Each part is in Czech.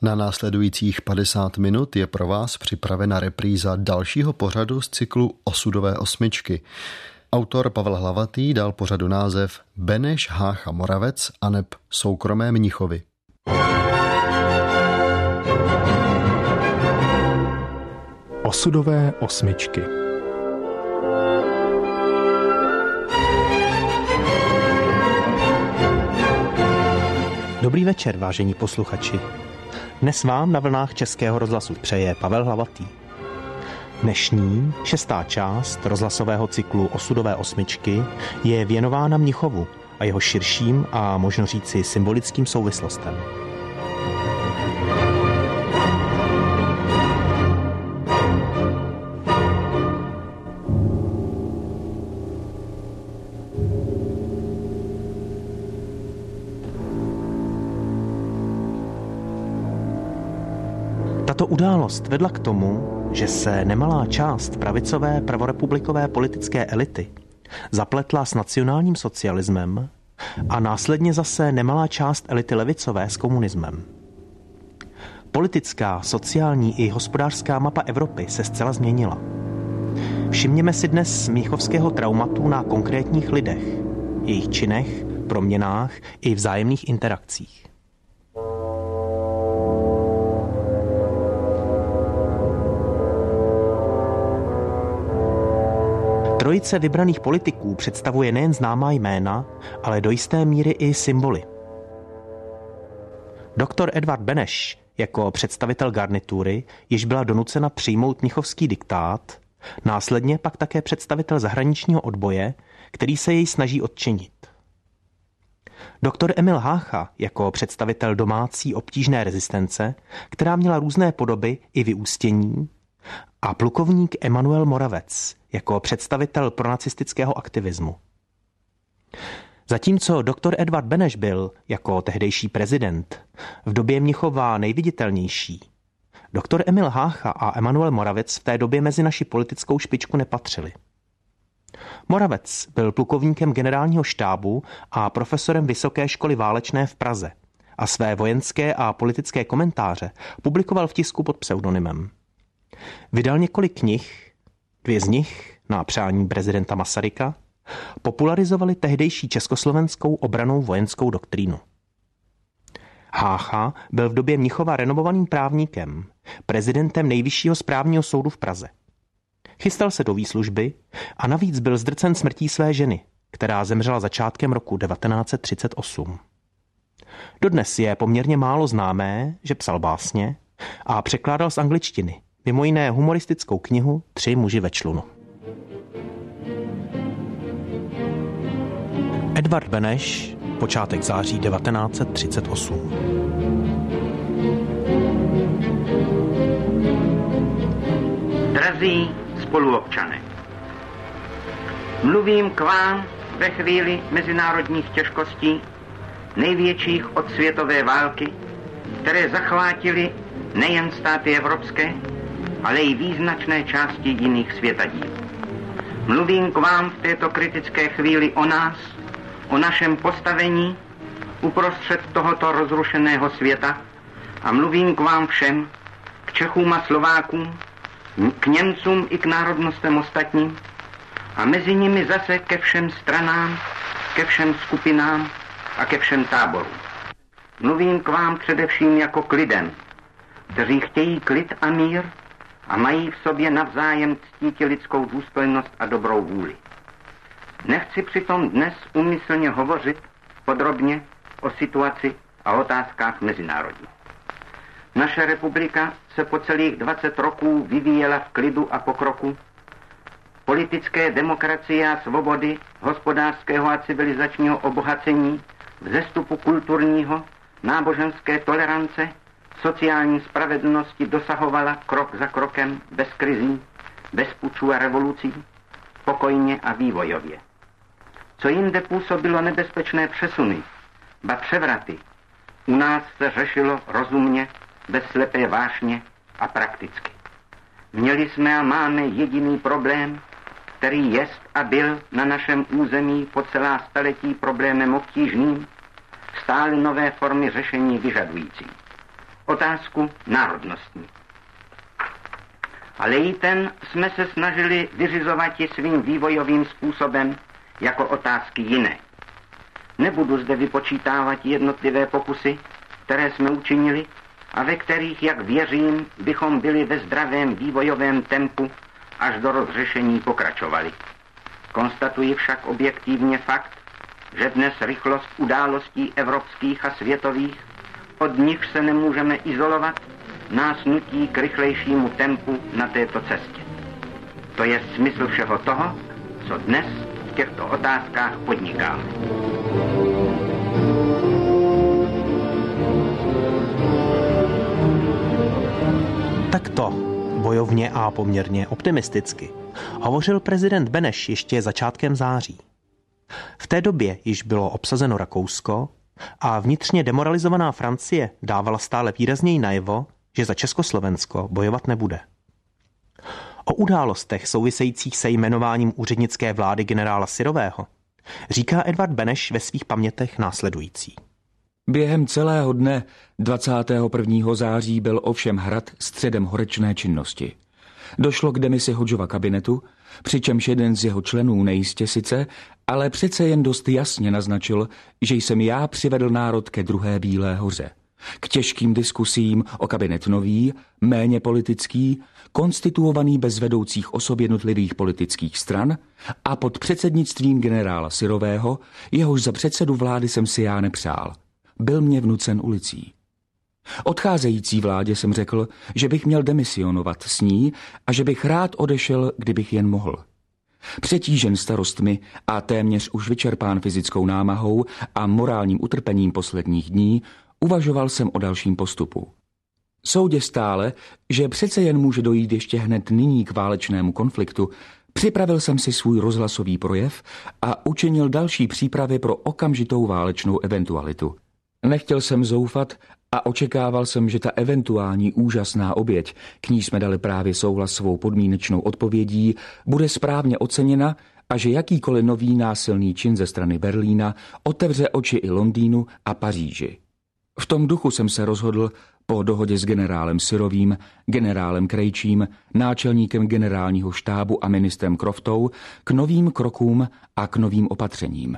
Na následujících 50 minut je pro vás připravena repríza dalšího pořadu z cyklu Osudové osmičky. Autor Pavel Hlavatý dal pořadu název Beneš, Hácha, Moravec aneb soukromé Mnichovy. Osudové osmičky. Dobrý večer, vážení posluchači. Dnes vám na vlnách Českého rozhlasu přeje Pavel Hlavatý. Dnešní 6. část rozhlasového cyklu Osudové osmičky je věnována Mnichovu a jeho širším a možno říci symbolickým souvislostem. Tato událost vedla k tomu, že se nemalá část pravicové prvorepublikové politické elity zapletla s nacionálním socialismem a následně zase nemalá část elity levicové s komunismem. Politická, sociální i hospodářská mapa Evropy se zcela změnila. Všimněme si dnes mnichovského traumatu na konkrétních lidech, jejich činech, proměnách i vzájemných interakcích. Trojice vybraných politiků představuje nejen známá jména, ale do jisté míry i symboly. Doktor Edvard Beneš jako představitel garnitury již byla donucena přijmout mnichovský diktát, následně pak také představitel zahraničního odboje, který se jej snaží odčinit. Doktor Emil Hácha jako představitel domácí obtížné rezistence, která měla různé podoby i vyústění, a plukovník Emanuel Moravec jako představitel pronacistického aktivismu. Zatímco doktor Edvard Beneš byl, jako tehdejší prezident, v době Mnichova nejviditelnější, doktor Emil Hácha a Emanuel Moravec v té době mezi naši politickou špičku nepatřili. Moravec byl plukovníkem generálního štábu a profesorem Vysoké školy válečné v Praze a své vojenské a politické komentáře publikoval v tisku pod pseudonymem. Vydal několik knih, 2 z nich na přání prezidenta Masaryka, popularizovali tehdejší československou obrannou vojenskou doktrínu. Hácha byl v době Mnichova renomovaným právníkem, prezidentem Nejvyššího správního soudu v Praze. Chystal se do výslužby a navíc byl zdrcen smrtí své ženy, která zemřela začátkem roku 1938. Dodnes je poměrně málo známé, že psal básně a překládal z angličtiny, mimo jiné humoristickou knihu 3 muži ve člunu. Edvard Beneš, počátek září 1938. Drazí spoluobčané, mluvím k vám ve chvíli mezinárodních těžkostí, největších od světové války, které zachvátily nejen státy evropské, ale i význačné části jiných světadílů. Mluvím k vám v této kritické chvíli o nás, o našem postavení uprostřed tohoto rozrušeného světa a mluvím k vám všem, k Čechům a Slovákům, k Němcům i k národnostem ostatním a mezi nimi zase ke všem stranám, ke všem skupinám a ke všem táborům. Mluvím k vám především jako k lidem, kteří chtějí klid a mír a mají v sobě navzájem ctít lidskou důstojnost a dobrou vůli. Nechci přitom dnes úmyslně hovořit podrobně o situaci a otázkách mezinárodních. Naše republika se po celých 20 roků vyvíjela v klidu a pokroku, politické demokracie a svobody, hospodářského a civilizačního obohacení, vzestupu kulturního, náboženské tolerance, sociální spravedlnosti dosahovala krok za krokem bez krizí, bez pučů a revolucí, pokojně a vývojově. Co jinde působilo nebezpečné přesuny, ba převraty, u nás se řešilo rozumně, bez slepé vášně a prakticky. Měli jsme a máme jediný problém, který jest a byl na našem území po celá staletí problémem obtížným, stále nové formy řešení vyžadující. otázku národnostní. Ale i ten jsme se snažili vyřizovat i svým vývojovým způsobem jako otázky jiné. Nebudu zde vypočítávat jednotlivé pokusy, které jsme učinili a ve kterých, jak věřím, bychom byli ve zdravém vývojovém tempu až do rozřešení pokračovali. Konstatuji však objektivně fakt, že dnes rychlost událostí evropských a světových, od nich se nemůžeme izolovat, nás nutí k rychlejšímu tempu na této cestě. To je smysl všeho toho, co dnes v těchto otázkách podnikáme. Takto bojovně a poměrně optimisticky hovořil prezident Beneš ještě začátkem září. V té době již bylo obsazeno Rakousko a vnitřně demoralizovaná Francie dávala stále výrazněji najevo, že za Československo bojovat nebude. O událostech souvisejících se jmenováním úřednické vlády generála Syrového říká Edvard Beneš ve svých pamětech následující. Během celého dne 21. září byl ovšem hrad středem horečné činnosti. Došlo k demisi Hodžova kabinetu, přičemž jeden z jeho členů nejistě sice, ale přece jen dost jasně naznačil, že jsem já přivedl národ ke druhé Bílé hoře. K těžkým diskusím o kabinet nový, méně politický, konstituovaný bez vedoucích osob jednotlivých politických stran a pod předsednictvím generála Syrového, jehož za předsedu vlády jsem si já nepřál. Byl mě vnucen ulicí. Odcházející vládě jsem řekl, že bych měl demisionovat s ní a že bych rád odešel, kdybych jen mohl. Přetížen starostmi a téměř už vyčerpán fyzickou námahou a morálním utrpením posledních dní, uvažoval jsem o dalším postupu. Soudě stále, že přece jen může dojít ještě hned nyní k válečnému konfliktu, připravil jsem si svůj rozhlasový projev a učinil další přípravy pro okamžitou válečnou eventualitu. Nechtěl jsem zoufat a očekával jsem, že ta eventuální úžasná oběť, k ní jsme dali právě souhlas svou podmínečnou odpovědí, bude správně oceněna a že jakýkoliv nový násilný čin ze strany Berlína otevře oči i Londýnu a Paříži. V tom duchu jsem se rozhodl po dohodě s generálem Syrovým, generálem Krejčím, náčelníkem generálního štábu a ministrem Croftou k novým krokům a k novým opatřením.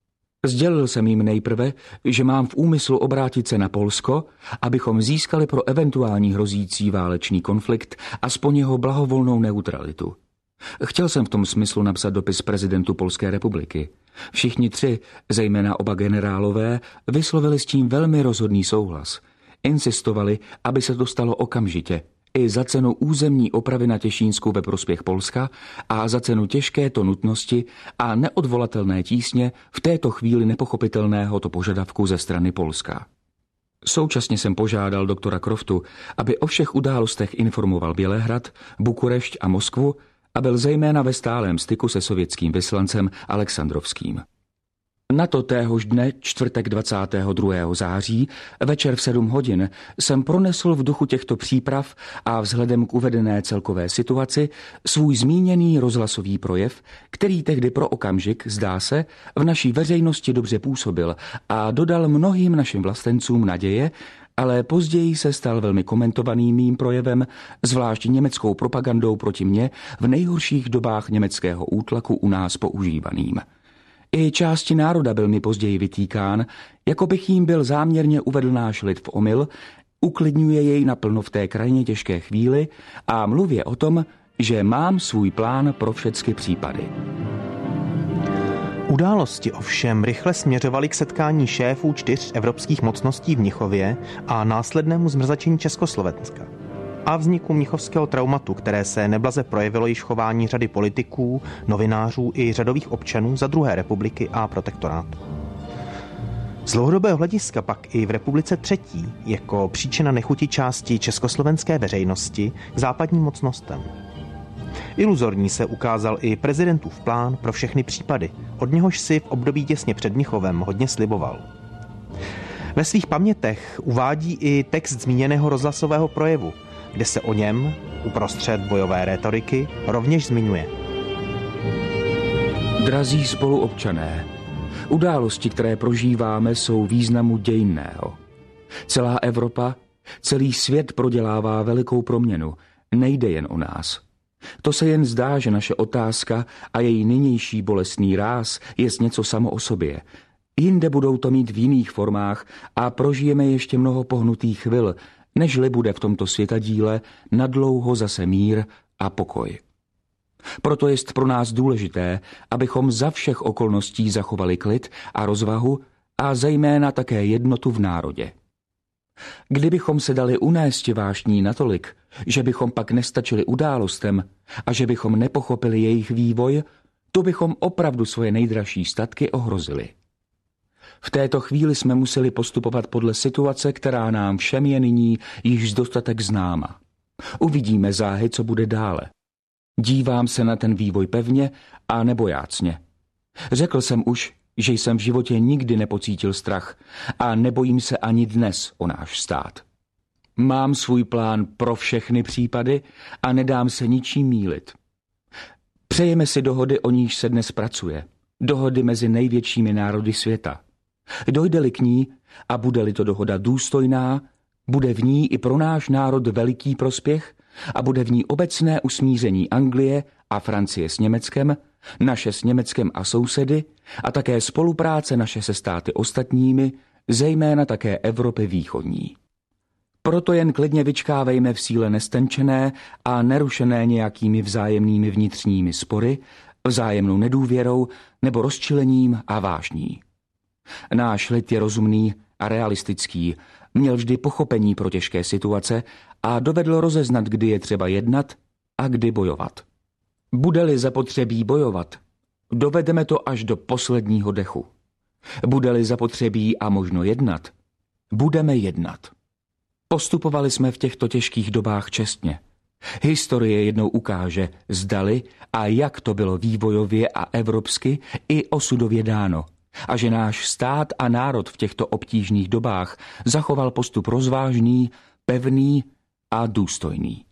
Sdělil jsem jim nejprve, že mám v úmyslu obrátit se na Polsko, abychom získali pro eventuální hrozící válečný konflikt aspoň jeho blahovolnou neutralitu. Chtěl jsem v tom smyslu napsat dopis prezidentu Polské republiky. Všichni tři, zejména oba generálové, vyslovili s tím velmi rozhodný souhlas. Insistovali, aby se to stalo okamžitě, i za cenu územní opravy na Těšínsku ve prospěch Polska a za cenu těžké to nutnosti a neodvolatelné tísně v této chvíli nepochopitelného to požadavku ze strany Polska. Současně jsem požádal doktora Croftu, aby o všech událostech informoval Bělehrad, Bukurešť a Moskvu a byl zejména ve stálém styku se sovětským vyslancem Alexandrovským. Na to téhož dne, čtvrtek 22. září, večer v 7 hodin, jsem pronesl v duchu těchto příprav a vzhledem k uvedené celkové situaci svůj zmíněný rozhlasový projev, který tehdy pro okamžik, zdá se, v naší veřejnosti dobře působil a dodal mnohým našim vlastencům naděje, ale později se stal velmi komentovaným mým projevem, zvlášť německou propagandou proti mně v nejhorších dobách německého útlaku u nás používaným. I části národa byl mi později vytýkán, jako bych jim byl záměrně uvedl náš lid v omyl, uklidňuje jej naplno v té krajně těžké chvíli a mluvě o tom, že mám svůj plán pro všechny případy. Události ovšem rychle směřovaly k setkání šéfů 4 evropských mocností v Mnichově a následnému zmrzačení Československa a vzniku mnichovského traumatu, které se neblaze projevilo již v chování řady politiků, novinářů i řadových občanů za druhé republiky a protektorátu. Z dlouhodobého hlediska pak i v republice třetí jako příčina nechuti části československé veřejnosti k západním mocnostem. Iluzorní se ukázal i prezidentův plán pro všechny případy, od něhož si v období těsně před Mnichovem hodně sliboval. Ve svých pamětech uvádí i text zmíněného rozhlasového projevu, kde se o něm, uprostřed bojové rétoriky, rovněž zmiňuje. Drazí spoluobčané, události, které prožíváme, jsou významu dějinného. Celá Evropa, Celý svět prodělává velikou proměnu. Nejde jen o nás. To se jen zdá, že naše otázka a její nynější bolestný ráz je něco samo o sobě. Jinde budou to mít v jiných formách a prožijeme ještě mnoho pohnutých chvil, nežli bude v tomto světadíle nadlouho zase mír a pokoj. Proto jest pro nás důležité, abychom za všech okolností zachovali klid a rozvahu a zejména také jednotu v národě. Kdybychom se dali unést vášní natolik, že bychom pak nestačili událostem a že bychom nepochopili jejich vývoj, to bychom opravdu svoje nejdražší statky ohrozili. V této chvíli jsme museli postupovat podle situace, která nám všem je nyní již dostatek známa. Uvidíme záhy, co bude dále. Dívám se na ten vývoj pevně a nebojácně. Řekl jsem už, že jsem v životě nikdy nepocítil strach a nebojím se ani dnes o náš stát. Mám svůj plán pro všechny případy a nedám se ničím mýlit. Přejeme si dohody, o níž se dnes pracuje. Dohody mezi největšími národy světa. Dojde-li k ní a bude-li to dohoda důstojná, bude v ní i pro náš národ veliký prospěch a bude v ní obecné usmíření Anglie a Francie s Německem, naše s Německem a sousedy a také spolupráce naše se státy ostatními, zejména také Evropy východní. Proto jen klidně vyčkávejme v síle nestenčené a nerušené nějakými vzájemnými vnitřními spory, vzájemnou nedůvěrou nebo rozčilením a vášní. Náš lid je rozumný a realistický, měl vždy pochopení pro těžké situace a dovedl rozeznat, kdy je třeba jednat a kdy bojovat. Bude-li zapotřebí bojovat, dovedeme to až do posledního dechu. Bude-li zapotřebí a možno jednat, budeme jednat. Postupovali jsme v těchto těžkých dobách čestně. Historie jednou ukáže, zdali a jak to bylo vývojově a evropsky i osudově dáno, a že náš stát a národ v těchto obtížných dobách zachoval postup rozvážný, pevný a důstojný.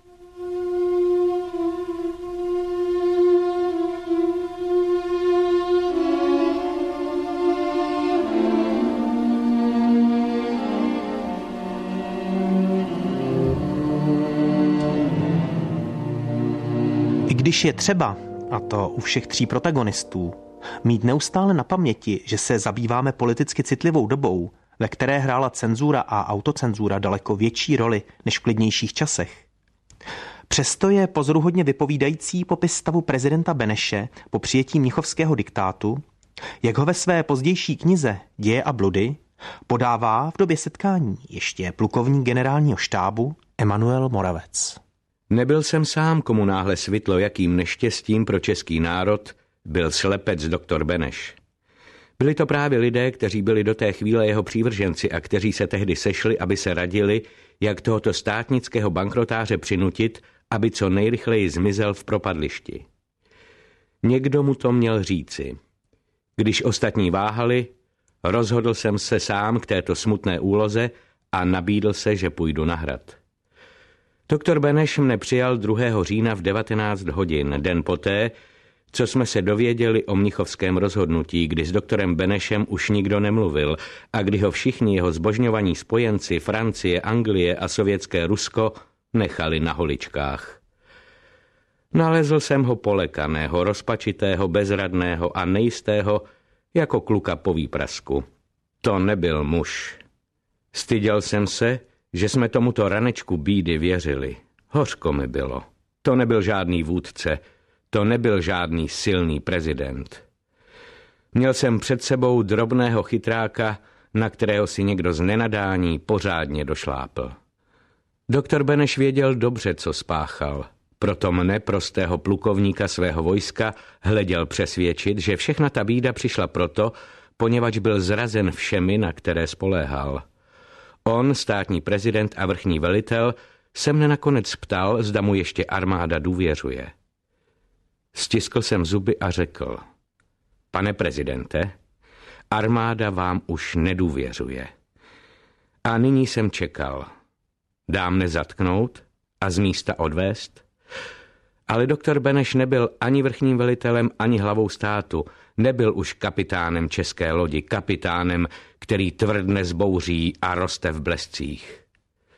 I když je třeba, a to u všech tří protagonistů, mít neustále na paměti, že se zabýváme politicky citlivou dobou, ve které hrála cenzura a autocenzura daleko větší roli než v klidnějších časech. Přesto je pozoruhodně vypovídající popis stavu prezidenta Beneše po přijetí mnichovského diktátu, jak ho ve své pozdější knize Děje a bludy podává v době setkání ještě plukovník generálního štábu Emanuel Moravec. Nebyl jsem sám, komu náhle svitlo, jakým neštěstím pro český národ byl slepec doktor Beneš. Byli to právě lidé, kteří byli do té chvíle jeho přívrženci a kteří se tehdy sešli, aby se radili, jak tohoto státnického bankrotáře přinutit, aby co nejrychleji zmizel v propadlišti. Někdo mu to měl říci. Když ostatní váhali, rozhodl jsem se sám k této smutné úloze a nabídl se, že půjdu na hrad. Doktor Beneš mne přijal 2. října v 19 hodin, den poté, co jsme se dověděli o mnichovském rozhodnutí, kdy s doktorem Benešem už nikdo nemluvil a kdy ho všichni jeho zbožňovaní spojenci Francie, Anglie a sovětské Rusko nechali na holičkách. Nalezl jsem ho polekaného, rozpačitého, bezradného a nejistého jako kluka po výprasku. To nebyl muž. Styděl jsem se, že jsme tomuto ranečku bídy věřili. Hořko mi bylo. To nebyl žádný vůdce, to nebyl žádný silný prezident. Měl jsem před sebou drobného chytráka, na kterého si někdo z nenadání pořádně došlápl. Doktor Beneš věděl dobře, co spáchal. Proto mne, prostého plukovníka svého vojska, hleděl přesvědčit, že všechna ta bída přišla proto, poněvadž byl zrazen všemi, na které spoléhal. On, státní prezident a vrchní velitel, se mne nakonec ptal, zda mu ještě armáda důvěřuje. Stiskl jsem zuby a řekl: Pane prezidente, armáda vám už nedůvěřuje. A nyní jsem čekal. Dá mne zatknout a z místa odvést? Ale doktor Beneš nebyl ani vrchním velitelem, ani hlavou státu. Nebyl už kapitánem české lodi, kapitánem, který tvrdne zbouří a roste v blescích.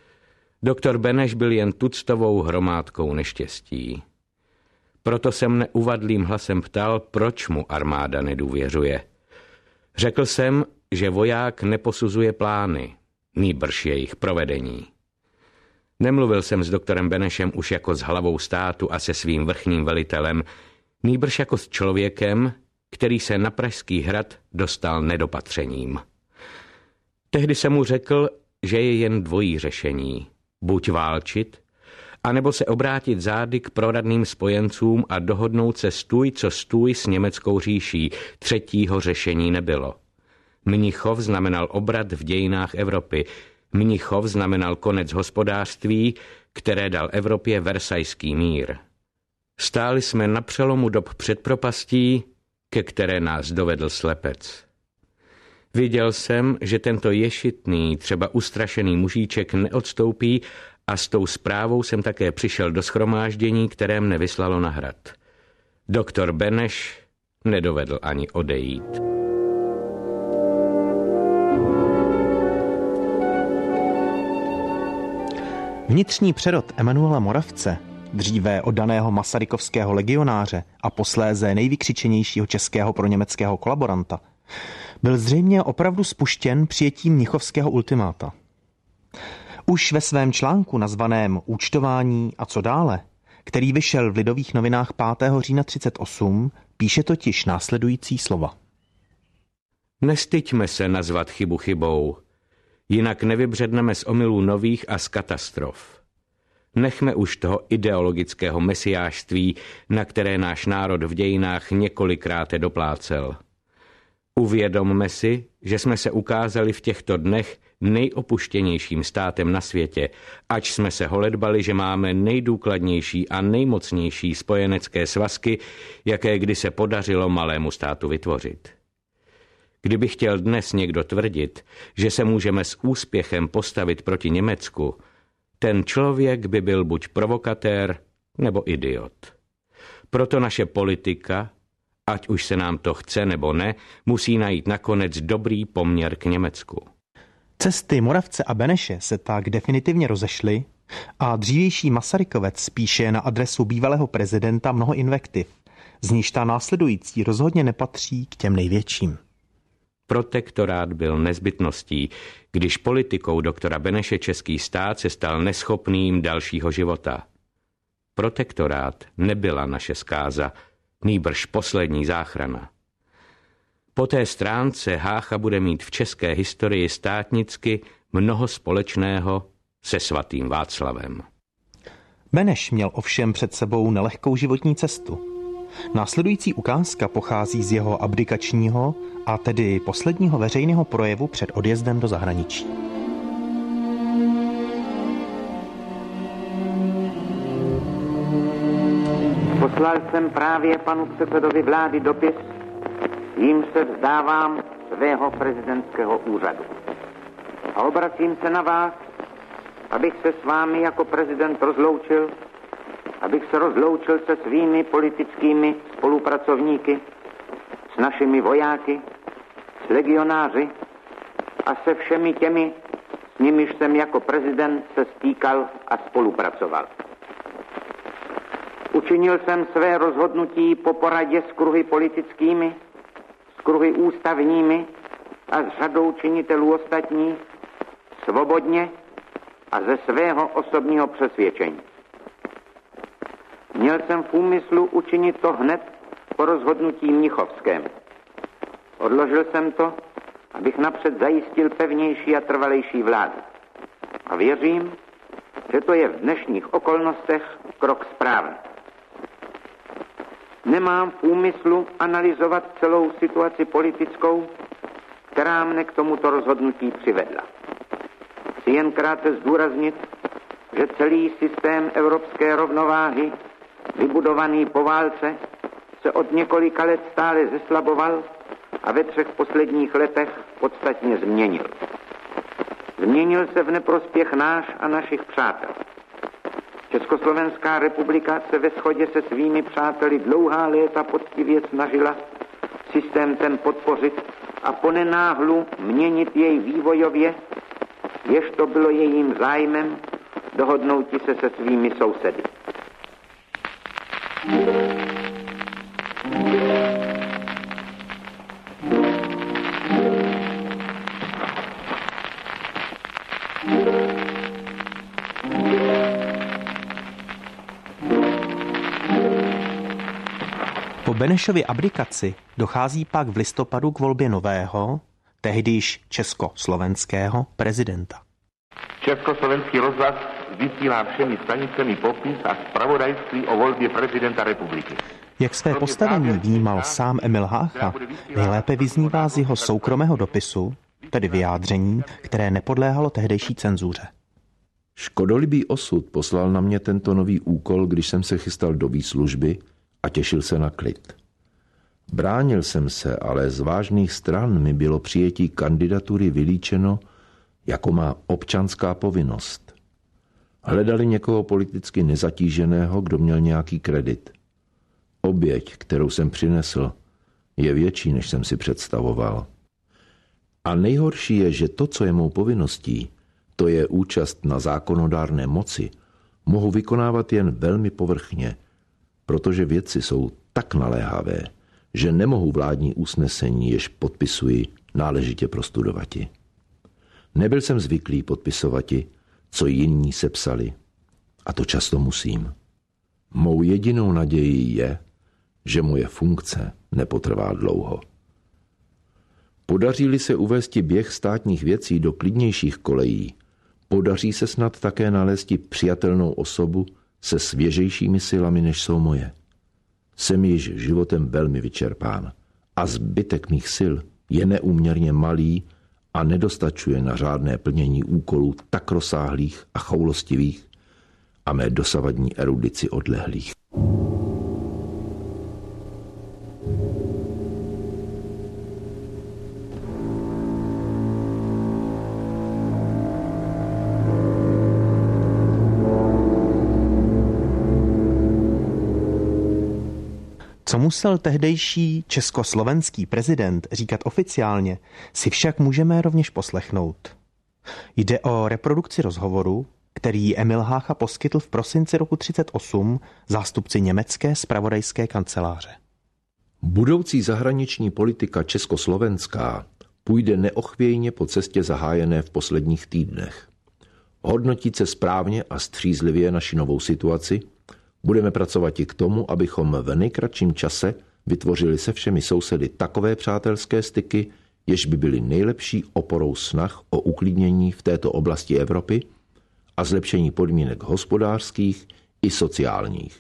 Doktor Beneš byl jen tuctovou hromádkou neštěstí. Proto jsem neuvadlým hlasem ptal, proč mu armáda nedůvěřuje. Řekl jsem, že voják neposuzuje plány, nýbrž jejich provedení. Nemluvil jsem s doktorem Benešem už jako s hlavou státu a se svým vrchním velitelem, nýbrž jako s člověkem, který se na Pražský hrad dostal nedopatřením. Tehdy jsem mu řekl, že je jen dvojí řešení. Buď válčit, anebo se obrátit zády k proradným spojencům a dohodnout se stůj co stůj s německou říší. Třetího řešení nebylo. Mnichov znamenal obrat v dějinách Evropy. Mnichov znamenal konec hospodářství, které dal Evropě versajský mír. Stáli jsme na přelomu dob před propastí, ke které nás dovedl slepec. Viděl jsem, že tento ješitný, třeba ustrašený mužíček neodstoupí a s tou zprávou jsem také přišel do shromáždění, které mne vyslalo na hrad. Doktor Beneš nedovedl ani odejít. Vnitřní přerod Emanuela Moravce, dříve oddaného masarykovského legionáře a posléze nejvykřičenějšího českého proněmeckého kolaboranta, byl zřejmě opravdu spuštěn přijetím mnichovského ultimáta. Už ve svém článku nazvaném Účtování a co dále, který vyšel v Lidových novinách 5. října 1938, píše totiž následující slova. Nestyďme se nazvat chybu chybou, jinak nevybředneme z omylů nových a z katastrof. Nechme už toho ideologického mesiášství, na které náš národ v dějinách několikrát doplácel. Uvědomme si, že jsme se ukázali v těchto dnech nejopuštěnějším státem na světě, ač jsme se holedbali, že máme nejdůkladnější a nejmocnější spojenecké svazky, jaké kdy se podařilo malému státu vytvořit. Kdyby chtěl dnes někdo tvrdit, že se můžeme s úspěchem postavit proti Německu, ten člověk by byl buď provokatér, nebo idiot. Proto naše politika, ať už se nám to chce nebo ne, musí najít nakonec dobrý poměr k Německu. Cesty Moravce a Beneše se tak definitivně rozešly a dřívější Masarykovec píše na adresu bývalého prezidenta mnoho invektiv, z níž ta následující rozhodně nepatří k těm největším. Protektorát byl nezbytností, když politikou doktora Beneše český stát se stal neschopným dalšího života. Protektorát nebyla naše zkáza, nýbrž poslední záchrana. Po té stránce Hácha bude mít v české historii státnicky mnoho společného se svatým Václavem. Beneš měl ovšem před sebou nelehkou životní cestu. Následující ukázka pochází z jeho abdikačního a tedy posledního veřejného projevu před odjezdem do zahraničí. Poslal jsem právě panu předsedovi vlády dopis, jím se vzdávám svého prezidentského úřadu. A obracím se na vás, abych se s vámi jako prezident rozloučil, abych se rozloučil se svými politickými spolupracovníky, s našimi vojáky, s legionáři a se všemi těmi, s nimiž jsem jako prezident se stýkal a spolupracoval. Učinil jsem své rozhodnutí po poradě s kruhy politickými, s kruhy ústavními a s řadou činitelů ostatních, svobodně a ze svého osobního přesvědčení. Měl jsem v úmyslu učinit to hned po rozhodnutí mnichovském. Odložil jsem to, abych napřed zajistil pevnější a trvalejší vládu. A věřím, že to je v dnešních okolnostech krok správný. Nemám v úmyslu analyzovat celou situaci politickou, která mne k tomuto rozhodnutí přivedla. Chci jen krátce zdůraznit, že celý systém evropské rovnováhy, vybudovaný po válce, se od několika let stále zeslaboval a ve 3 posledních letech podstatně změnil. Změnil se v neprospěch náš a našich přátel. Československá republika se ve shodě se svými přáteli dlouhá léta poctivě snažila systém ten podpořit a ponenáhlu měnit jej vývojově, jež to bylo jejím zájmem dohodnouti se se svými sousedy. Po Benešově abdikaci dochází pak v listopadu k volbě nového, tehdy již československého prezidenta. Československý rozhlas vysílá všemi stanicemi popis a zpravodajství o volbě prezidenta republiky. Jak své postavení vnímal sám Emil Hácha, nejlépe vyznívá z jeho soukromého dopisu, tedy vyjádření, které nepodléhalo tehdejší cenzuře. Škodolibý osud poslal na mě tento nový úkol, když jsem se chystal do výslužby a těšil se na klid. Bránil jsem se, ale z vážných stran mi bylo přijetí kandidatury vylíčeno jako má občanská povinnost. Hledali někoho politicky nezatíženého, kdo měl nějaký kredit. Oběť, kterou jsem přinesl, je větší, než jsem si představoval. A nejhorší je, že to, co je mou povinností, to je účast na zákonodárné moci, mohu vykonávat jen velmi povrchně, protože věci jsou tak naléhavé, že nemohu vládní usnesení, jež podpisuji, náležitě prostudovati. Nebyl jsem zvyklý podpisovati, co jiní sepsali, a to často musím. Mou jedinou nadějí je, že moje funkce nepotrvá dlouho. Podaří-li se uvést běh státních věcí do klidnějších kolejí, podaří se snad také nalézt přijatelnou osobu se svěžejšími silami, než jsou moje. Jsem již životem velmi vyčerpán a zbytek mých sil je neúměrně malý a nedostačuje na řádné plnění úkolů tak rozsáhlých a choulostivých a mé dosavadní erudici odlehlých. Co musel tehdejší československý prezident říkat oficiálně, si však můžeme rovněž poslechnout. Jde o reprodukci rozhovoru, který Emil Hácha poskytl v prosinci roku 1938 zástupci německé zpravodajské kanceláře. Budoucí zahraniční politika československá půjde neochvějně po cestě zahájené v posledních týdnech. Hodnotit se správně a střízlivě naši novou situaci, budeme pracovat i k tomu, abychom v nejkratším čase vytvořili se všemi sousedy takové přátelské styky, jež by byly nejlepší oporou snah o uklidnění v této oblasti Evropy a zlepšení podmínek hospodářských i sociálních.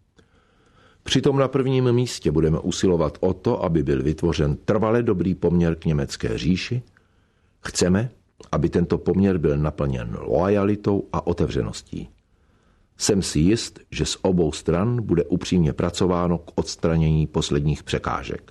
Přitom na prvním místě budeme usilovat o to, aby byl vytvořen trvale dobrý poměr k německé říši. Chceme, aby tento poměr byl naplněn loajalitou a otevřeností. Jsem si jist, že z obou stran bude upřímně pracováno k odstranění posledních překážek.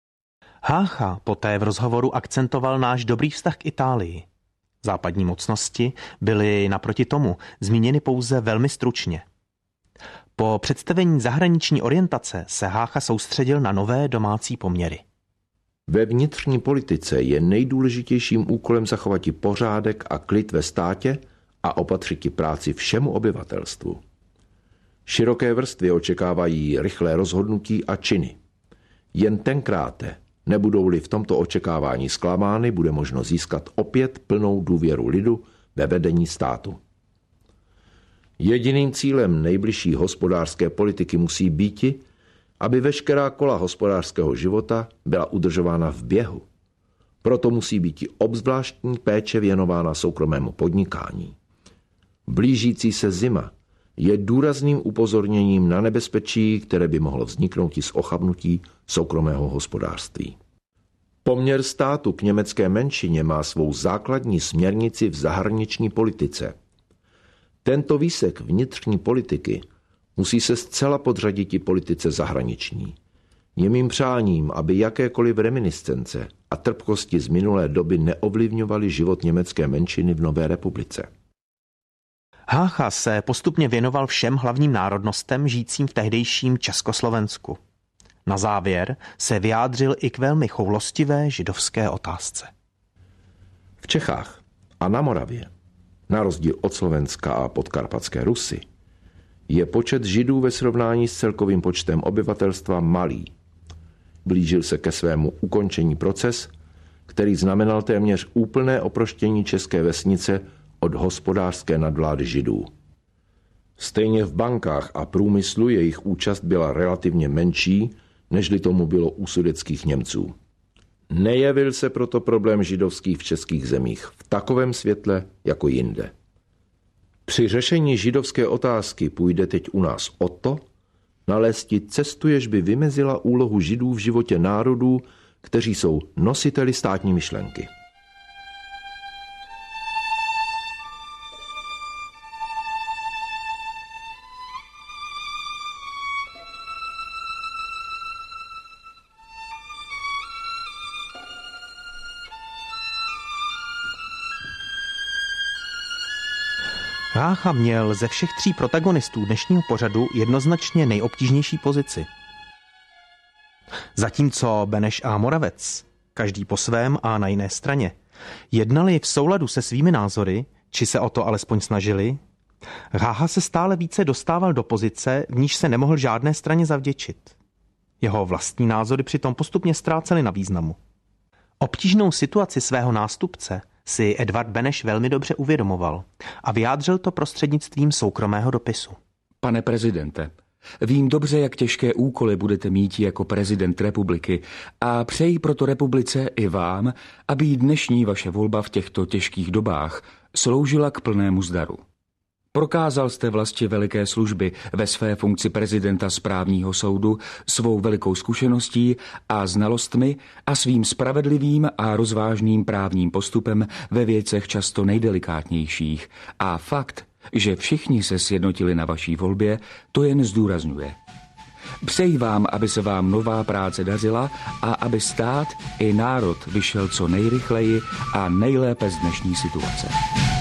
Hácha poté v rozhovoru akcentoval náš dobrý vztah k Itálii. Západní mocnosti byly naproti tomu zmíněny pouze velmi stručně. Po představení zahraniční orientace se Hácha soustředil na nové domácí poměry. Ve vnitřní politice je nejdůležitějším úkolem zachovat pořádek a klid ve státě a opatřit práci všemu obyvatelstvu. Široké vrstvy očekávají rychlé rozhodnutí a činy. Jen tenkráte, nebudou-li v tomto očekávání zklamány, bude možno získat opět plnou důvěru lidu ve vedení státu. Jediným cílem nejbližší hospodářské politiky musí býti, aby veškerá kola hospodářského života byla udržována v běhu. Proto musí být obzvláštní péče věnována soukromému podnikání. Blížící se zima je důrazným upozorněním na nebezpečí, které by mohlo vzniknout i z ochabnutí soukromého hospodářství. Poměr státu k německé menšině má svou základní směrnici v zahraniční politice. Tento výsek vnitřní politiky musí se zcela podřadit i politice zahraniční. Je mým přáním, aby jakékoliv reminiscence a trpkosti z minulé doby neovlivňovaly život německé menšiny v Nové republice. Hácha se postupně věnoval všem hlavním národnostem žijícím v tehdejším Československu. Na závěr se vyjádřil i k velmi choulostivé židovské otázce. V Čechách a na Moravě Na rozdíl od Slovenska a podkarpatské Rusy je počet Židů ve srovnání s celkovým počtem obyvatelstva malý. Blížil se ke svému ukončení proces, který znamenal téměř úplné oproštění české vesnice od hospodářské nadvlády Židů. Stejně v bankách a průmyslu jejich účast byla relativně menší, nežli tomu bylo u sudetských Němců. Nejevil se proto problém židovských v českých zemích v takovém světle jako jinde. Při řešení židovské otázky půjde teď u nás o to, nalézt cestu, jež by vymezila úlohu Židů v životě národů, kteří jsou nositeli státní myšlenky. Hácha měl ze všech 3 protagonistů dnešního pořadu jednoznačně nejobtížnější pozici. Zatímco Beneš a Moravec, každý po svém a na jiné straně, jednali v souladu se svými názory, či se o to alespoň snažili, Hácha se stále více dostával do pozice, v níž se nemohl žádné straně zavděčit. Jeho vlastní názory přitom postupně ztrácely na významu. Obtížnou situaci svého nástupce si Edvard Beneš velmi dobře uvědomoval a vyjádřil to prostřednictvím soukromého dopisu. Pane prezidente, vím dobře, jak těžké úkoly budete mít jako prezident republiky a přeji proto republice i vám, aby jí dnešní vaše volba v těchto těžkých dobách sloužila k plnému zdaru. Prokázal jste vlastně veliké služby ve své funkci prezidenta správního soudu svou velikou zkušeností a znalostmi a svým spravedlivým a rozvážným právním postupem ve věcech často nejdelikátnějších. A fakt, že všichni se sjednotili na vaší volbě, to jen zdůrazňuje. Přeji vám, aby se vám nová práce dařila a aby stát i národ vyšel co nejrychleji a nejlépe z dnešní situace.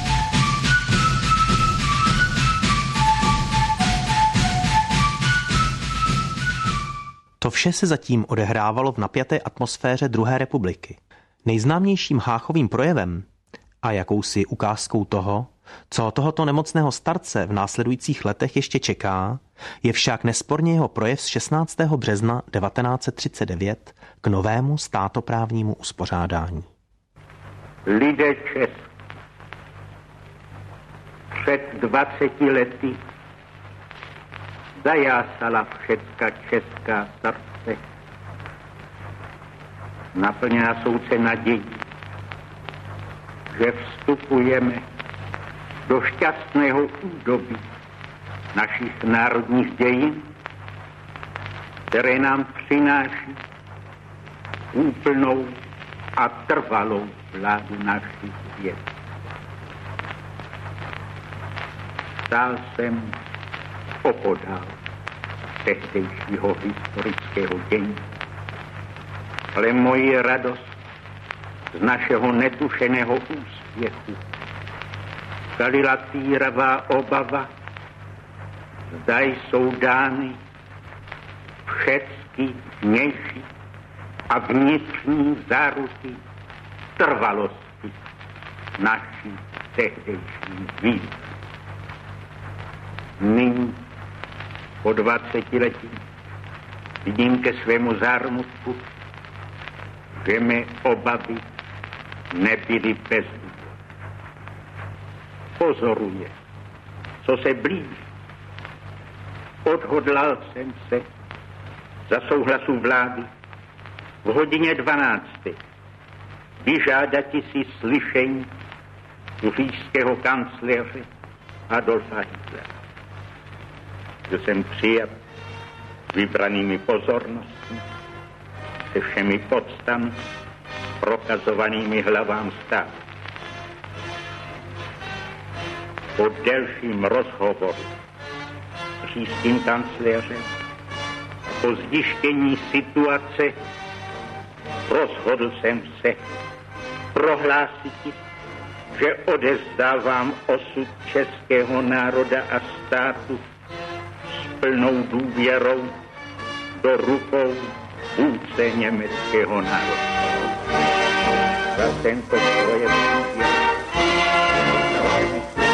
To vše se zatím odehrávalo v napjaté atmosféře druhé republiky. Nejznámějším Háchovým projevem a jakousi ukázkou toho, co tohoto nemocného starce v následujících letech ještě čeká, je však nesporně jeho projev z 16. března 1939 k novému státoprávnímu uspořádání. Lidé Česk, před 20 lety zajásala všecka česká srdce. Naplněná souce nadějí, že vstupujeme do šťastného údobí našich národních dějin, které nám přináší úplnou a trvalou vládu našich věd. Stál jsem opodál tehdejšího historického dění, ale moji radost z našeho netušeného úspěchu zalila týravá obava, zda jsou dány všechny vnější a vnitřní záruky trvalosti naší tehdejší víry. Nyní po 20 letí vidím ke svému zármutku, že mé obavy nebyly bez důvodu. Pozoruje, co se blíží. Odhodlal jsem se za souhlasu vlády v hodině 12. vyžádati si slyšení u říšského kancléře Adolfa Hitlera. Že jsem přijat vybranými pozornostmi se všemi podstami prokazovanými hlavám státu. Po delším rozhovoru s říšským kancléřem a po zjištění situace rozhodl jsem se prohlásit, že odevzdávám osud českého národa a státu s plnou důvěrou do rukou vůdce německého národa. Za tento projev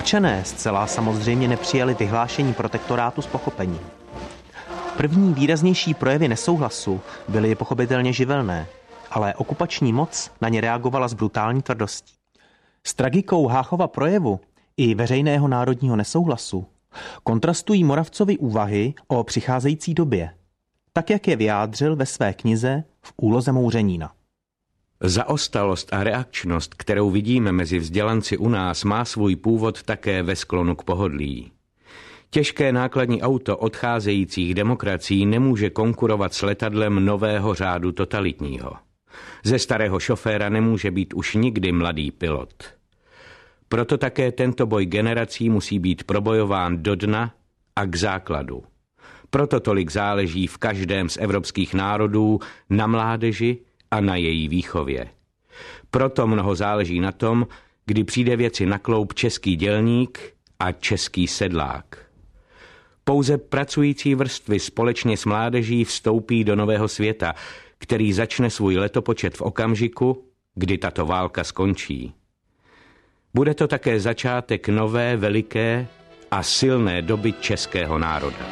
Občané zcela samozřejmě nepřijali vyhlášení protektorátu s pochopením. První výraznější projevy nesouhlasu byly pochopitelně živelné, ale okupační moc na ně reagovala s brutální tvrdostí. S tragikou Háchova projevu i veřejného národního nesouhlasu kontrastují Moravcovy úvahy o přicházející době, tak jak je vyjádřil ve své knize V úloze Mouřenína. Zaostalost a reakčnost, kterou vidíme mezi vzdělanci u nás, má svůj původ také ve sklonu k pohodlí. Těžké nákladní auto odcházejících demokracií nemůže konkurovat s letadlem nového řádu totalitního. Ze starého šoféra nemůže být už nikdy mladý pilot. Proto také tento boj generací musí být probojován do dna a k základu. Proto tolik záleží v každém z evropských národů na mládeži a na její výchově. Proto mnoho záleží na tom, kdy přijde věci na kloub český dělník a český sedlák. Pouze pracující vrstvy společně s mládeží vstoupí do nového světa, který začne svůj letopočet v okamžiku, kdy tato válka skončí. Bude to také začátek nové, veliké a silné doby českého národa.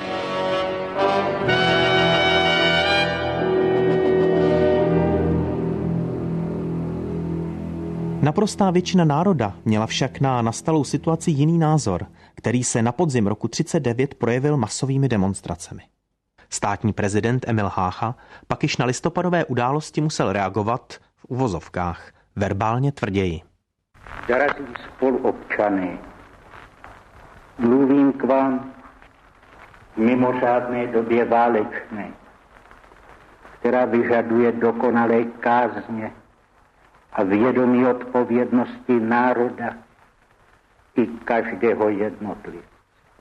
Naprostá většina národa měla však na nastalou situaci jiný názor, který se na podzim roku 1939 projevil masovými demonstracemi. Státní prezident Emil Hácha pak již na listopadové události musel reagovat v uvozovkách verbálně tvrději. Drazí spoluobčané, mluvím k vám v mimořádné době válečné, která vyžaduje dokonalé kázně a vědomí odpovědnosti národa i každého jednotlivce.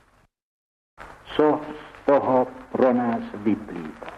Co z toho pro nás vyplývá?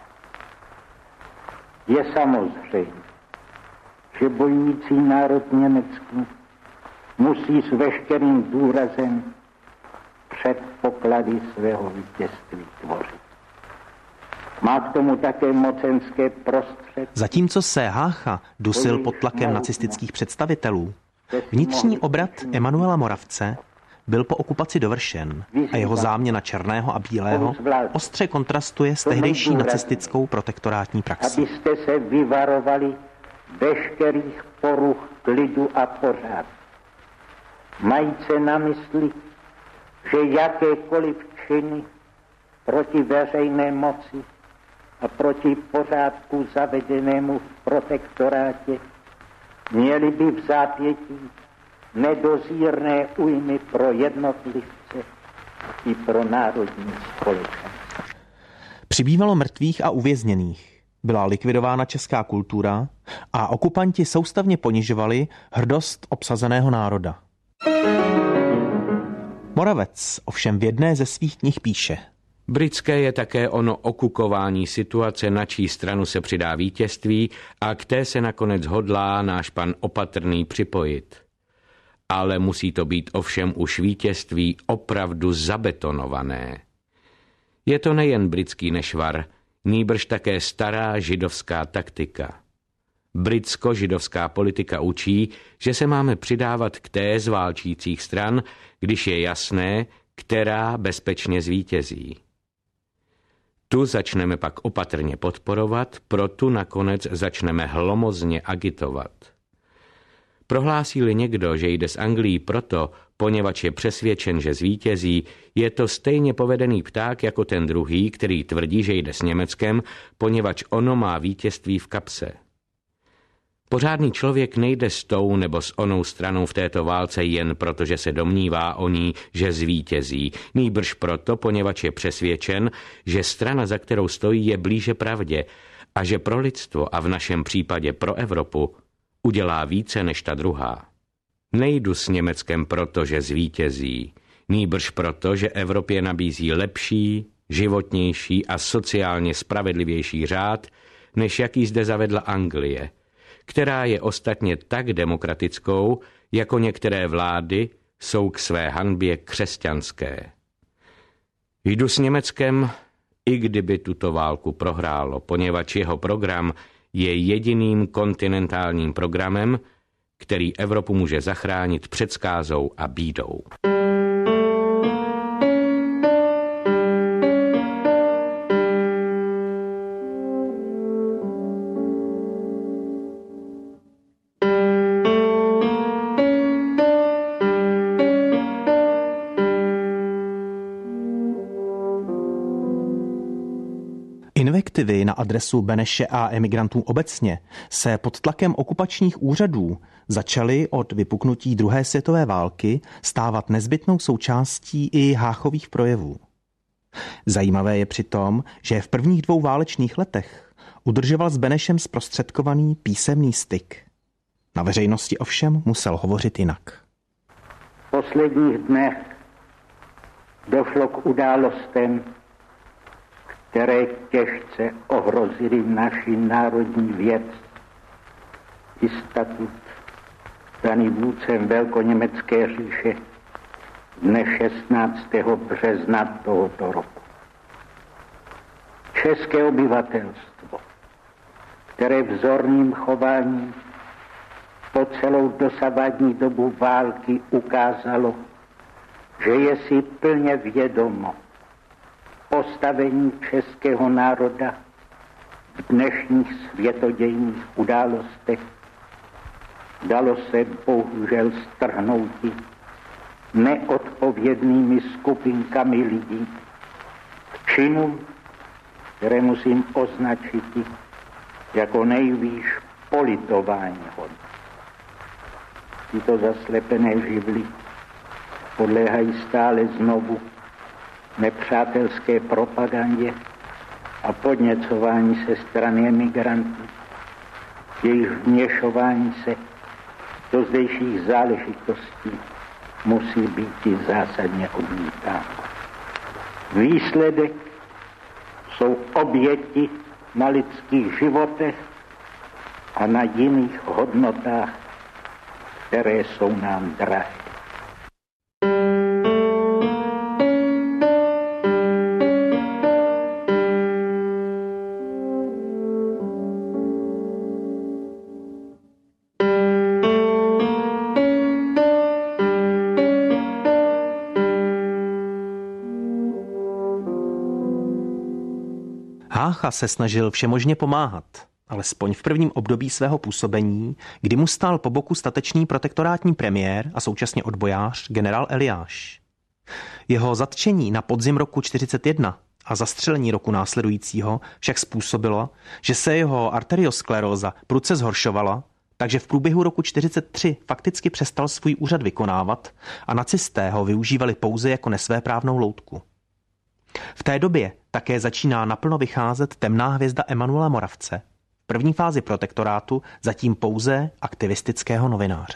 Je samozřejmě, že bojující národ Německu musí s veškerým důrazem předpoklady svého vítězství tvořit. Má k tomu také mocenské prostředky. Zatímco se Hácha dusil pod tlakem nacistických představitelů, vnitřní obrat Emanuela Moravce byl po okupaci dovršen a jeho záměna černého a bílého ostře kontrastuje s tehdejší nacistickou protektorátní praxí. Abyste se vyvarovali veškerých poruch klidu a pořádku. Majíce na mysli, že jakékoliv činy proti veřejné moci a proti pořádku zavedenému v protektorátě měly by v zápětí nedozírné újmy pro jednotlivce i pro národní společenství. Přibývalo mrtvých a uvězněných, byla likvidována česká kultura a okupanti soustavně ponižovali hrdost obsazeného národa. Moravec ovšem v jedné ze svých knih píše: Britské je také ono okukování situace, na čí stranu se přidá vítězství a k té se nakonec hodlá náš pan Opatrný připojit. Ale musí to být ovšem už vítězství opravdu zabetonované. Je to nejen britský nešvar, nýbrž také stará židovská taktika. Britsko-židovská politika učí, že se máme přidávat k té z válčících stran, když je jasné, která bezpečně zvítězí. Tu začneme pak opatrně podporovat, pro tu nakonec začneme hlomozně agitovat. Prohlásí-li někdo, že jde s Anglií proto, poněvadž je přesvědčen, že zvítězí, je to stejně povedený pták jako ten druhý, který tvrdí, že jde s Německem, poněvadž ono má vítězství v kapse. Pořádný člověk nejde s tou nebo s onou stranou v této válce jen proto, že se domnívá o ní, že zvítězí, nýbrž proto, poněvadž je přesvědčen, že strana, za kterou stojí, je blíže pravdě a že pro lidstvo a v našem případě pro Evropu udělá více než ta druhá. Nejdu s Německem proto, že zvítězí, nýbrž proto, že Evropě nabízí lepší, životnější a sociálně spravedlivější řád, než jaký zde zavedla Anglie, která je ostatně tak demokratickou, jako některé vlády jsou k své hanbě křesťanské. Jdu s Německem, i kdyby tuto válku prohrálo, poněvadž jeho program je jediným kontinentálním programem, který Evropu může zachránit před zkázou a bídou. invektivy na adresu Beneše a emigrantů obecně se pod tlakem okupačních úřadů začaly od vypuknutí druhé světové války stávat nezbytnou součástí i Háchových projevů. Zajímavé je přitom, že v prvních 2 válečných letech udržoval s Benešem zprostředkovaný písemný styk. Na veřejnosti ovšem musel hovořit jinak. V posledních dnech došlo k událostem, které těžce ohrozily naši národní věc i statut daný vůdcem Velkoněmecké říše dne 16. března tohoto roku. České obyvatelstvo, které vzorným chováním po celou dosavadní dobu války ukázalo, že je si plně vědomo postavení českého národa v dnešních světodějných událostech, dalo se bohužel strhnouti neodpovědnými skupinkami lidí k činům, které musím označit jako nejvýš politováníhodné. Tyto zaslepené živly podléhají stále znovu nepřátelské propagandě a podněcování se strany emigrantů. Jejich vměšování se do zdejších záležitostí musí být i zásadně odmítáno. Výsledek jsou oběti na lidských životech a na jiných hodnotách, které jsou nám drahé. Hácha se snažil všemožně pomáhat, alespoň v prvním období svého působení, kdy mu stál po boku statečný protektorátní premiér a současně odbojář generál Eliáš. Jeho zatčení na podzim roku 1941 a zastřelení roku následujícího však způsobilo, že se jeho arterioskleróza prudce zhoršovala, takže v průběhu roku 1943 fakticky přestal svůj úřad vykonávat a nacisté ho využívali pouze jako nesvéprávnou loutku. V té době také začíná naplno vycházet temná hvězda Emanuela Moravce, v první fázi protektorátu zatím pouze aktivistického novináře.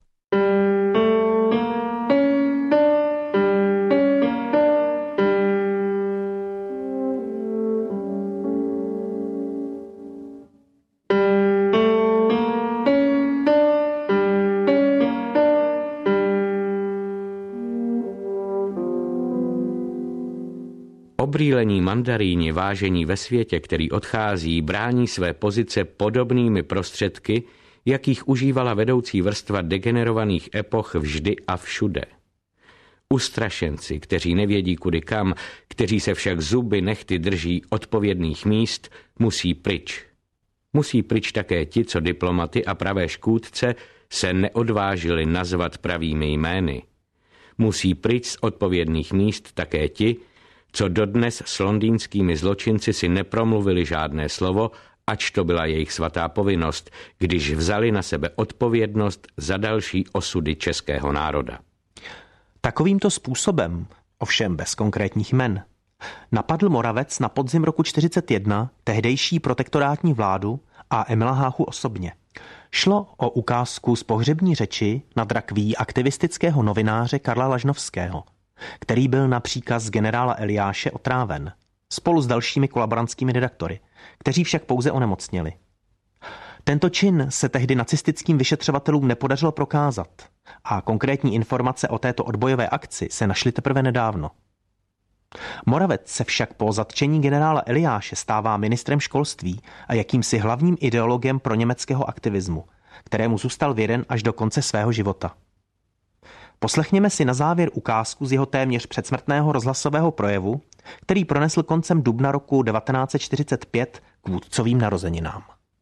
Obrýlení mandaríni vážení ve světě, který odchází, brání své pozice podobnými prostředky, jakých užívala vedoucí vrstva degenerovaných epoch vždy a všude. Ustrašenci, kteří nevědí kudy kam, kteří se však zuby nehty drží odpovědných míst, musí pryč. Musí pryč také ti, co diplomaty a pravé škůdce se neodvážili nazvat pravými jmény. Musí pryč z odpovědných míst také ti, co dodnes s londýnskými zločinci si nepromluvili žádné slovo, ač to byla jejich svatá povinnost, když vzali na sebe odpovědnost za další osudy českého národa. Takovýmto způsobem, ovšem bez konkrétních jmen, napadl Moravec na podzim roku 1941 tehdejší protektorátní vládu a Emila Háchu osobně. Šlo o ukázku z pohřební řeči nad rakví aktivistického novináře Karla Lažnovského, který byl na příkaz generála Eliáše otráven, spolu s dalšími kolaborantskými redaktory, kteří však pouze onemocněli. Tento čin se tehdy nacistickým vyšetřovatelům nepodařilo prokázat a konkrétní informace o této odbojové akci se našly teprve nedávno. Moravec se však po zatčení generála Eliáše stává ministrem školství a jakýmsi hlavním ideologem pro německého aktivismu, kterému zůstal věren až do konce svého života. Poslechněme si na závěr ukázku z jeho téměř předsmrtného rozhlasového projevu, který pronesl koncem dubna roku 1945 k vůdcovým narozeninám.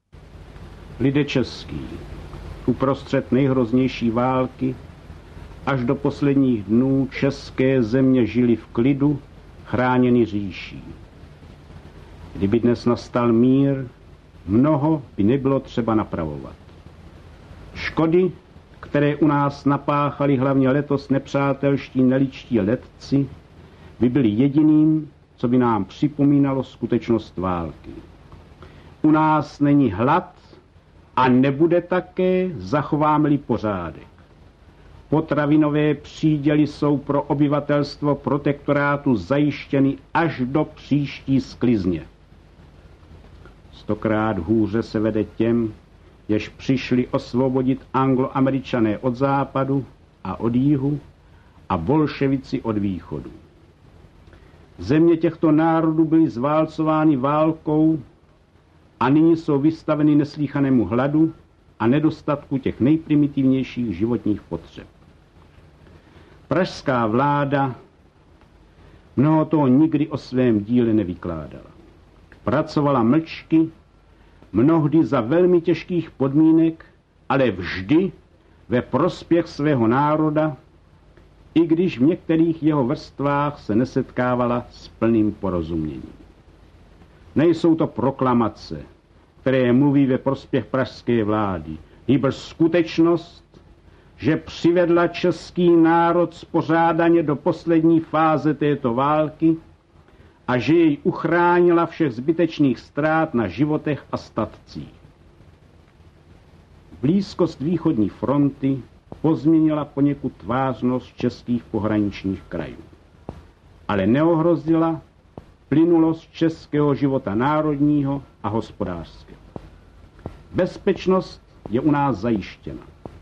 Lidé český, uprostřed nejhroznější války, až do posledních dnů české země žili v klidu, chráněni říší. Kdyby dnes nastal mír, mnoho by nebylo třeba napravovat. Škody, které u nás napáchali hlavně letos nepřátelští neličtí letci, by byly jediným, co by nám připomínalo skutečnost války. U nás není hlad a nebude také, zachováme-li pořádek. Potravinové příděly jsou pro obyvatelstvo protektorátu zajištěny až do příští sklizně. 100krát hůře se vede těm, jež přišli osvobodit Angloameričané od západu a od jihu a bolševici od východu. Země těchto národů byly zválcovány válkou a nyní jsou vystaveny neslýchanému hladu a nedostatku těch nejprimitivnějších životních potřeb. Pražská vláda mnoho toho nikdy o svém díle nevykládala. Pracovala mlčky, mnohdy za velmi těžkých podmínek, ale vždy ve prospěch svého národa, i když v některých jeho vrstvách se nesetkávala s plným porozuměním. Nejsou to proklamace, které mluví ve prospěch pražské vlády, nýbrž skutečnost, že přivedla český národ spořádaně do poslední fáze této války a že jej uchránila všech zbytečných ztrát na životech a statcích. Blízkost východní fronty pozměnila poněkud tvářnost českých pohraničních krajů, ale neohrozila plynulost českého života národního a hospodářského. Bezpečnost je u nás zajištěna.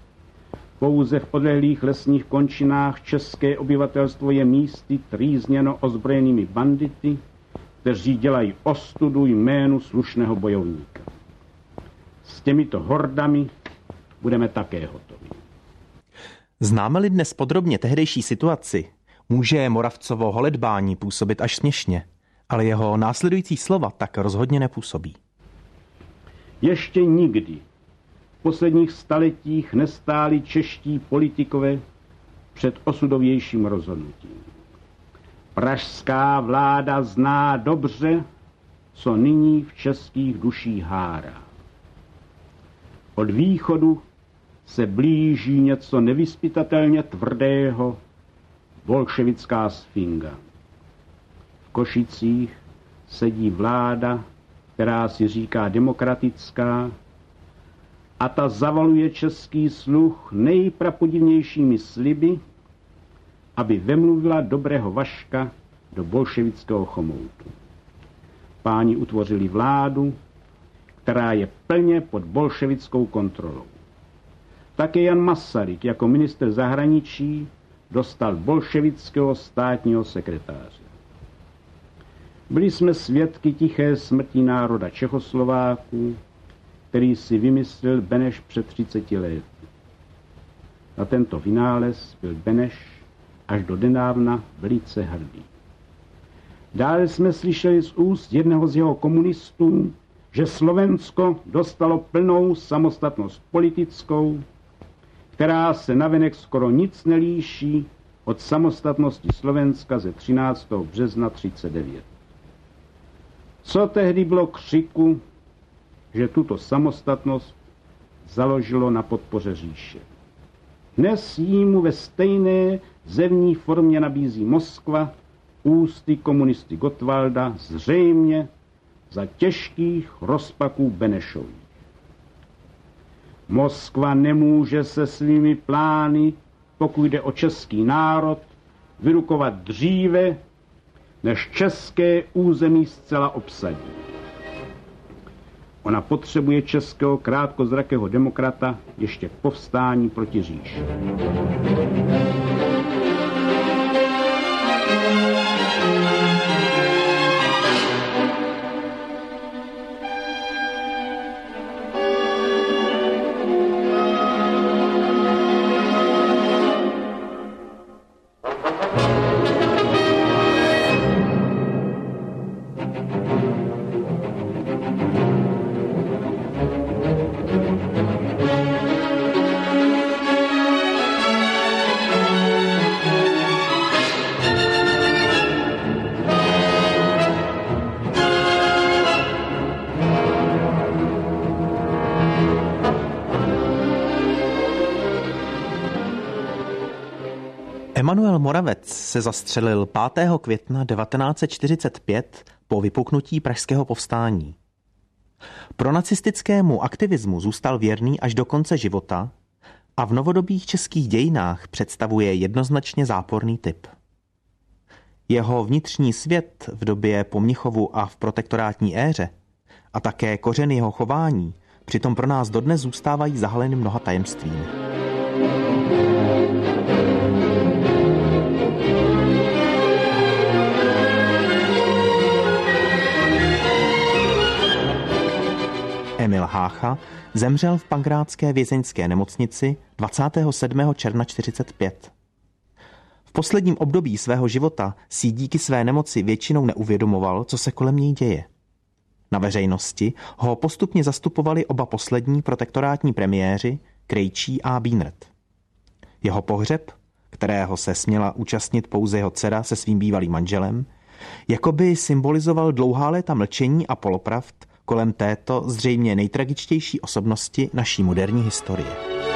Pouze v odlehlých lesních končinách české obyvatelstvo je místy trýzněno ozbrojenými bandity, kteří dělají ostudu jménu slušného bojovníka. S těmito hordami budeme také hotovi. Známe-li dnes podrobně tehdejší situaci, může Moravcovo holedbání působit až směšně, ale jeho následující slova tak rozhodně nepůsobí. Ještě nikdy v posledních staletích nestáli čeští politikové před osudovějším rozhodnutím. Pražská vláda zná dobře, co nyní v českých duších hárá. Od východu se blíží něco nevyzpytatelně tvrdého, bolševická sfinga. V Košicích sedí vláda, která si říká demokratická, a ta zavaluje český sluch nejprapodivnějšími sliby, aby vemluvila dobrého Vaška do bolševického chomoutu. Páni utvořili vládu, která je plně pod bolševickou kontrolou. Také Jan Masaryk jako ministr zahraničí dostal bolševického státního sekretáře. Byli jsme svědky tiché smrti národa Čechoslováků, který si vymyslel Beneš před 30 lety. Na tento vynález byl Beneš až do nedávna velice hrdý. Dále jsme slyšeli z úst jednoho z jeho komunistů, že Slovensko dostalo plnou samostatnost politickou, která se navenek skoro nic nelíší od samostatnosti Slovenska ze 13. března 1939. Co tehdy bylo křiku, že tuto samostatnost založilo na podpoře říše. Dnes jímu ve stejné zemní formě nabízí Moskva ústy komunisty Gottwalda zřejmě za těžkých rozpaků Benešových. Moskva nemůže se svými plány, pokud jde o český národ, vyrukovat dříve, než české území zcela obsadí. Ona potřebuje českého krátkozrakého demokrata ještě k povstání proti říši. Moravec se zastřelil 5. května 1945 po vypuknutí pražského povstání. Pro nacistickému aktivismu zůstal věrný až do konce života a v novodobých českých dějinách představuje jednoznačně záporný typ. Jeho vnitřní svět v době po Mnichovu a v protektorátní éře a také kořeny jeho chování přitom pro nás dodnes zůstávají zahaleny mnoha tajemstvím. Emil Hácha zemřel v Pankrátské vězeňské nemocnici 27. června 1945. V posledním období svého života si díky své nemoci většinou neuvědomoval, co se kolem něj děje. Na veřejnosti ho postupně zastupovali oba poslední protektorátní premiéři, Krejčí a Bínert. Jeho pohřeb, kterého se směla účastnit pouze jeho dcera se svým bývalým manželem, jakoby symbolizoval dlouhá léta mlčení a polopravd kolem této zřejmě nejtragičtější osobnosti naší moderní historie.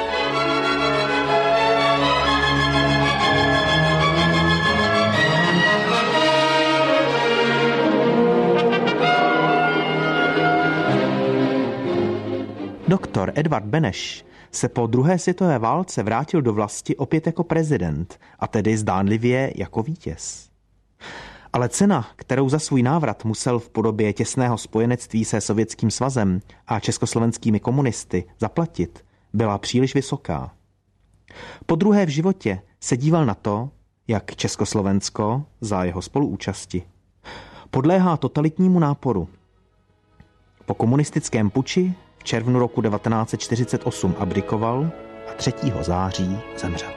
Doktor Edvard Beneš se po druhé světové válce vrátil do vlasti opět jako prezident, a tedy zdánlivě jako vítěz. Ale cena, kterou za svůj návrat musel v podobě těsného spojenectví se Sovětským svazem a československými komunisty zaplatit, byla příliš vysoká. Po druhé v životě se díval na to, jak Československo za jeho spoluúčasti podléhá totalitnímu náporu. Po komunistickém puči v červnu roku 1948 abdikoval a 3. září zemřel.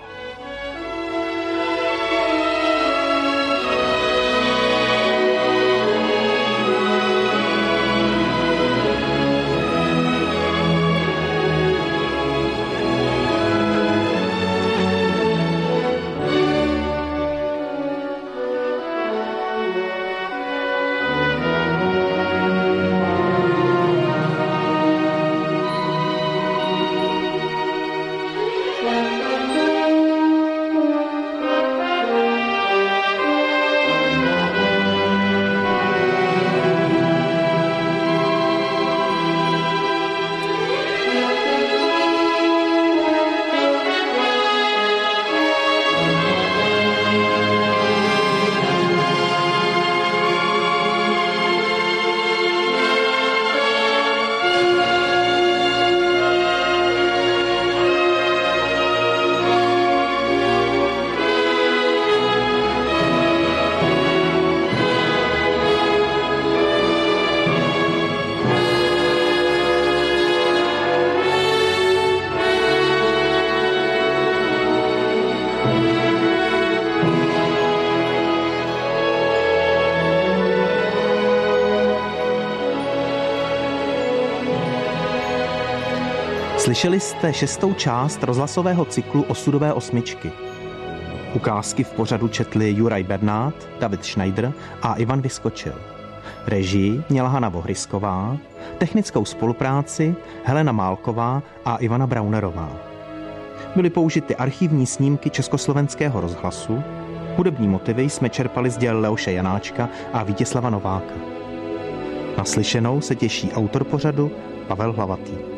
Slyšeli jste 6. část rozhlasového cyklu Osudové osmičky. Ukázky v pořadu četli Juraj Bernát, David Schneider a Ivan Vyskočil. Režii měla Hana Vohrysková, technickou spolupráci Helena Málková a Ivana Braunerová. Byly použity archivní snímky Československého rozhlasu, hudební motivy jsme čerpali z děl Leoše Janáčka a Vítězslava Nováka. Naslyšenou se těší autor pořadu Pavel Hlavatý.